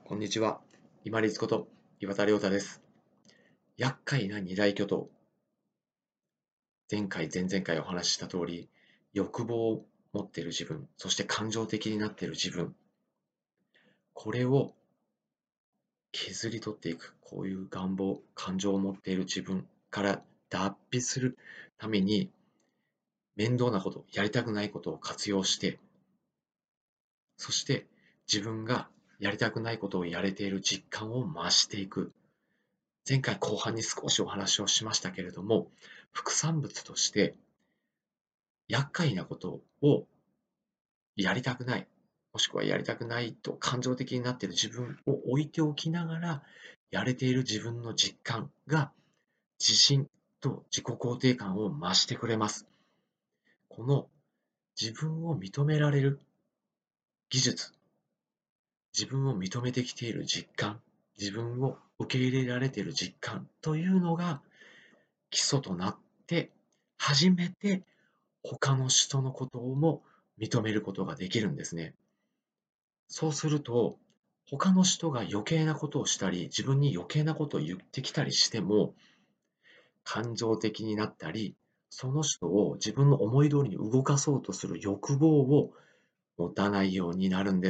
こんにちは。今立こと岩田亮太です。厄介な二大巨頭。前回、前々回お話しした通り、欲望を持っている自分、そして感情的になっている自分、これを削り取っていく。こういう願望、感情を持っている自分から脱皮するために、面倒なこと、やりたくないことを活用して、そして自分がやりたくないことをやれている実感を増していく。前回後半に少しお話をしましたけれども、副産物として厄介なことをやりたくない、もしくはやりたくないと感情的になっている自分を置いておきながら、やれている自分の実感が自信と自己肯定感を増してくれます。この自分を認められる技術、自分を認めてきている実感、自分を受け入れられている実感というのが基礎となって、初めて他の人のことをも認めることができるんですね。そうすると、他の人が余計なことをしたり、自分に余計なことを言ってきたりしても、感情的になったり、その人を自分の思い通りに動かそうとする欲望を持たないようになるんです。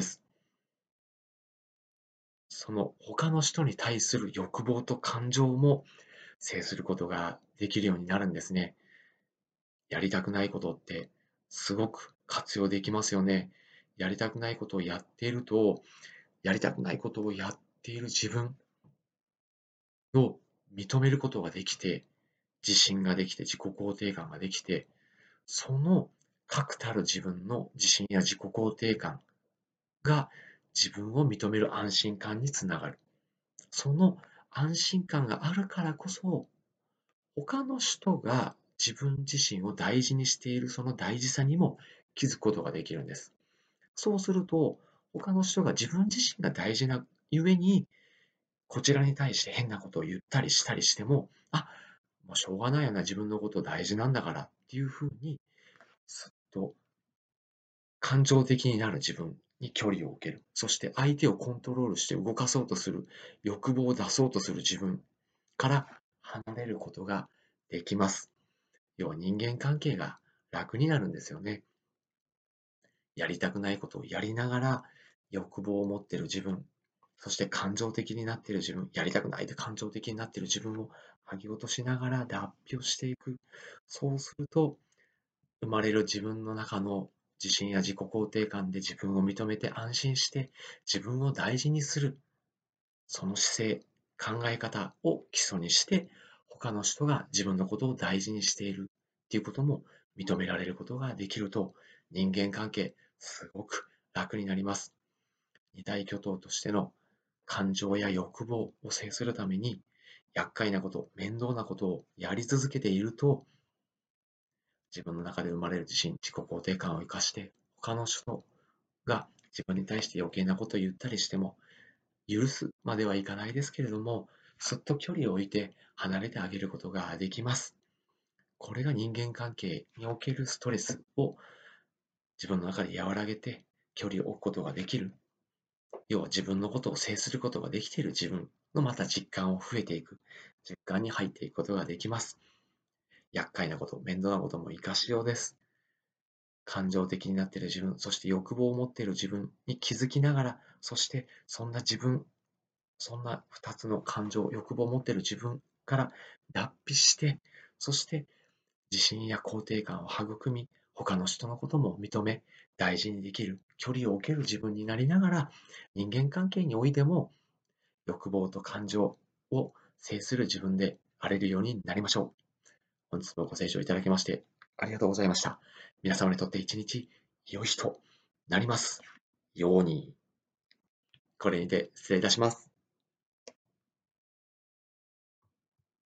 その他の人に対する欲望と感情も制することができるようになるんですね。やりたくないことってすごく活用できますよね。やりたくないことをやっていると、やりたくないことをやっている自分を認めることができて、自信ができて、自己肯定感ができて、その確たる自分の自信や自己肯定感が自分を認める安心感につながる。その安心感があるからこそ、他の人が自分自身を大事にしているその大事さにも気づくことができるんです。そうすると、他の人が自分自身が大事なゆえに、こちらに対して変なことを言ったりしたりしても、もうしょうがないよな、自分のこと大事なんだからっていうふうに、すっと感情的になる自分に距離を置ける。そして相手をコントロールして動かそうとする、欲望を出そうとする自分から離れることができます。要は人間関係が楽になるんですよね。やりたくないことをやりながら、欲望を持っている自分、そして感情的になっている自分、やりたくないで感情的になっている自分を剥ぎ落としながら脱皮をしていく。そうすると、生まれる自分の中の自信や自己肯定感で自分を認めて安心して、自分を大事にする、その姿勢、考え方を基礎にして、他の人が自分のことを大事にしているっていうことも認められることができると、人間関係、すごく楽になります。二大巨頭としての感情や欲望を制するために、厄介なこと、面倒なことをやり続けていると、自分の中で生まれる自信、自己肯定感を生かして、他の人が自分に対して余計なことを言ったりしても、許すまではいかないですけれども、すっと距離を置いて離れてあげることができます。これが人間関係におけるストレスを自分の中で和らげて距離を置くことができる。要は自分のことを制することができている自分のまた実感を増えていく。実感に入っていくことができます。厄介なこと、面倒なことも活かしようです。感情的になっている自分、そして欲望を持っている自分に気づきながら、そしてそんな自分、そんな2つの感情、欲望を持っている自分から脱皮して、そして自信や肯定感を育み、他の人のことも認め、大事にできる、距離を置ける自分になりながら、人間関係においても欲望と感情を制する自分であれるようになりましょう。本日もご清聴いただきましてありがとうございました。皆様にとって一日良い日となりますように。これにて失礼いたします。